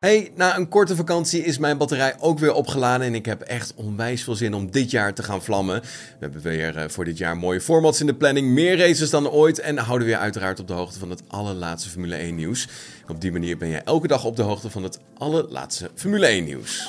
Hey, na een korte vakantie is mijn batterij ook weer opgeladen en ik heb echt onwijs veel zin om dit jaar te gaan vlammen. We hebben weer voor dit jaar mooie formats in de planning, meer races dan ooit en houden weer uiteraard op de hoogte van het allerlaatste Formule 1 nieuws. Op die manier ben je elke dag op de hoogte van het allerlaatste Formule 1 nieuws.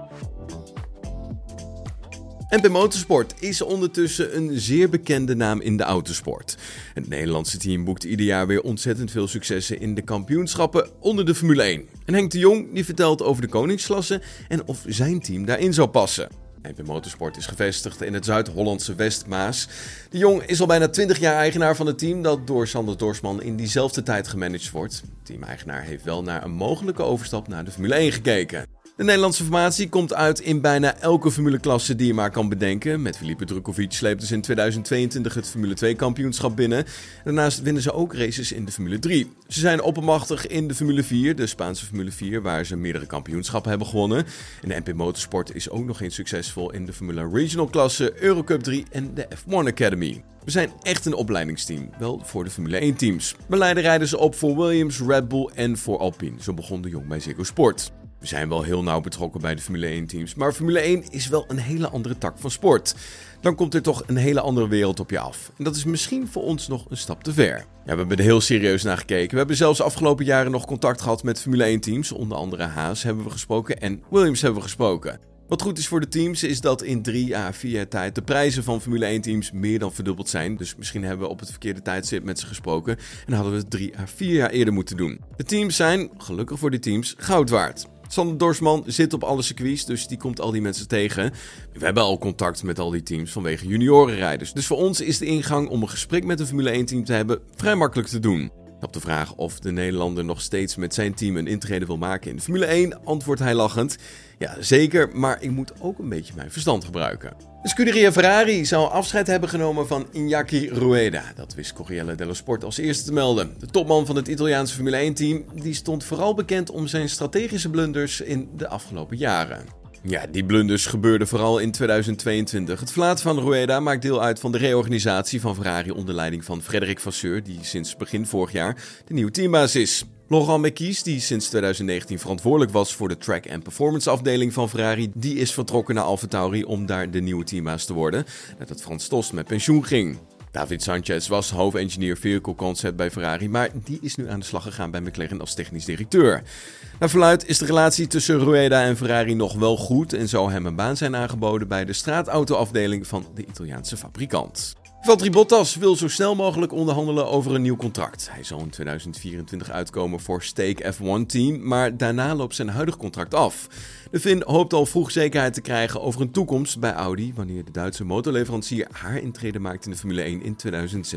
MP Motorsport is ondertussen een zeer bekende naam in de autosport. Het Nederlandse team boekt ieder jaar weer ontzettend veel successen in de kampioenschappen onder de Formule 1. En Henk de Jong die vertelt over de koningsklasse en of zijn team daarin zou passen. MP Motorsport is gevestigd in het Zuid-Hollandse Westmaas. De Jong is al bijna 20 jaar eigenaar van het team dat door Sander Dorsman in diezelfde tijd gemanaged wordt. De teameigenaar heeft wel naar een mogelijke overstap naar de Formule 1 gekeken. De Nederlandse formatie komt uit in bijna elke formuleklasse die je maar kan bedenken. Met Filipe Druckovic sleepten ze in 2022 het Formule 2 kampioenschap binnen. Daarnaast winnen ze ook races in de Formule 3. Ze zijn oppermachtig in de Formule 4, de Spaanse Formule 4, waar ze meerdere kampioenschappen hebben gewonnen. En de MP Motorsport is ook nog eens succesvol in de Formule Regional klasse, Eurocup 3 en de F1 Academy. We zijn echt een opleidingsteam, wel voor de Formule 1 teams. We leiden rijders op voor Williams, Red Bull en voor Alpine. Zo begon de Jong bij Ziggo Sport. We zijn wel heel nauw betrokken bij de Formule 1 teams, maar Formule 1 is wel een hele andere tak van sport. Dan komt er toch een hele andere wereld op je af. En dat is misschien voor ons nog een stap te ver. Ja, we hebben er heel serieus naar gekeken. We hebben zelfs de afgelopen jaren nog contact gehad met Formule 1 teams. Onder andere Haas hebben we gesproken en Williams hebben we gesproken. Wat goed is voor de teams is dat in 3 à 4 jaar tijd de prijzen van Formule 1 teams meer dan verdubbeld zijn. Dus misschien hebben we op het verkeerde tijdstip met ze gesproken en hadden we het 3 à 4 jaar eerder moeten doen. De teams zijn, gelukkig voor de teams, goud waard. Sander Dorsman zit op alle circuits, dus die komt al die mensen tegen. We hebben al contact met al die teams vanwege juniorenrijders. Dus voor ons is de ingang om een gesprek met een Formule 1 team te hebben vrij makkelijk te doen. Op de vraag of de Nederlander nog steeds met zijn team een intrede wil maken in de Formule 1, antwoordt hij lachend. Ja, zeker, maar ik moet ook een beetje mijn verstand gebruiken. De Scuderia Ferrari zou afscheid hebben genomen van Iñaki Rueda. Dat wist Corriere dello Sport als eerste te melden. De topman van het Italiaanse Formule 1-team die stond vooral bekend om zijn strategische blunders in de afgelopen jaren. Ja, die blunders gebeurden vooral in 2022. Het verlaten van Rueda maakt deel uit van de reorganisatie van Ferrari onder leiding van Frédéric Vasseur, die sinds begin vorig jaar de nieuwe teambaas is. Laurent Mekies, die sinds 2019 verantwoordelijk was voor de track- en performance afdeling van Ferrari, die is vertrokken naar AlphaTauri om daar de nieuwe teambaas te worden, nadat Frans Tost met pensioen ging. David Sanchez was hoofdengineer Vehicle Concept bij Ferrari, maar die is nu aan de slag gegaan bij McLaren als technisch directeur. Naar verluidt is de relatie tussen Rueda en Ferrari nog wel goed en zou hem een baan zijn aangeboden bij de straatautoafdeling van de Italiaanse fabrikant. Valtteri Bottas wil zo snel mogelijk onderhandelen over een nieuw contract. Hij zal in 2024 uitkomen voor Stake F1 Team, maar daarna loopt zijn huidig contract af. De Fin hoopt al vroeg zekerheid te krijgen over een toekomst bij Audi wanneer de Duitse motorleverancier haar intrede maakt in de Formule 1 in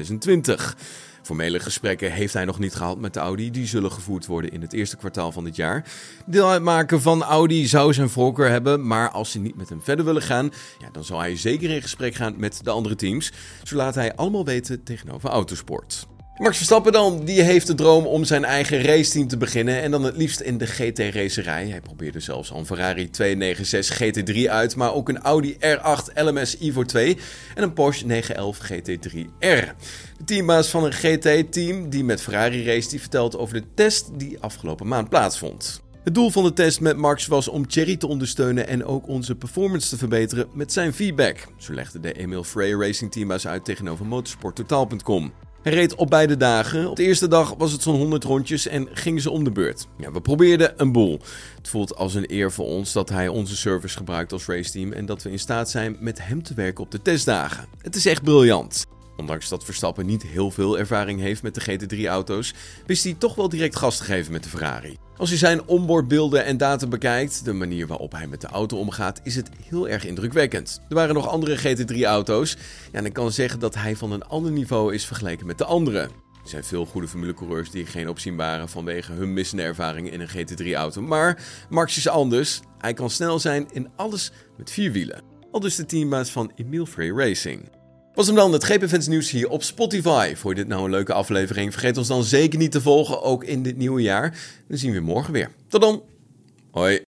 2026. Formele gesprekken heeft hij nog niet gehad met de Audi, die zullen gevoerd worden in het eerste kwartaal van dit jaar. Deel uitmaken van Audi zou zijn voorkeur hebben, maar als ze niet met hem verder willen gaan, ja, dan zal hij zeker in gesprek gaan met de andere teams. Zo laat hij allemaal weten tegenover Autosport. Max Verstappen dan, die heeft de droom om zijn eigen raceteam te beginnen en dan het liefst in de GT-racerij. Hij probeerde zelfs al een Ferrari 296 GT3 uit, maar ook een Audi R8 LMS Evo 2 en een Porsche 911 GT3R. De teambaas van een GT-team die met Ferrari race, die vertelt over de test die afgelopen maand plaatsvond. Het doel van de test met Max was om Thierry te ondersteunen en ook onze performance te verbeteren met zijn feedback. Zo legde de Emil Frey Racing teambaas uit tegenover motorsporttotaal.com. Hij reed op beide dagen. Op de eerste dag was het zo'n 100 rondjes en gingen ze om de beurt. Ja, we probeerden een boel. Het voelt als een eer voor ons dat hij onze service gebruikt als raceteam en dat we in staat zijn met hem te werken op de testdagen. Het is echt briljant. Ondanks dat Verstappen niet heel veel ervaring heeft met de GT3-auto's, wist hij toch wel direct gas te geven met de Ferrari. Als je zijn onboardbeelden en data bekijkt, de manier waarop hij met de auto omgaat, is het heel erg indrukwekkend. Er waren nog andere GT3-auto's en ik kan zeggen dat hij van een ander niveau is vergeleken met de andere. Er zijn veel goede formulecoureurs die geen opzien waren vanwege hun missende ervaringen in een GT3-auto. Maar Max is anders. Hij kan snel zijn in alles met 4 wielen. Aldus de teambaas van Emil Frey Racing. Was hem dan het GP-fans nieuws hier op Spotify. Vond je dit nou een leuke aflevering? Vergeet ons dan zeker niet te volgen, ook in dit nieuwe jaar. Dan zien we je morgen weer. Tot dan. Hoi.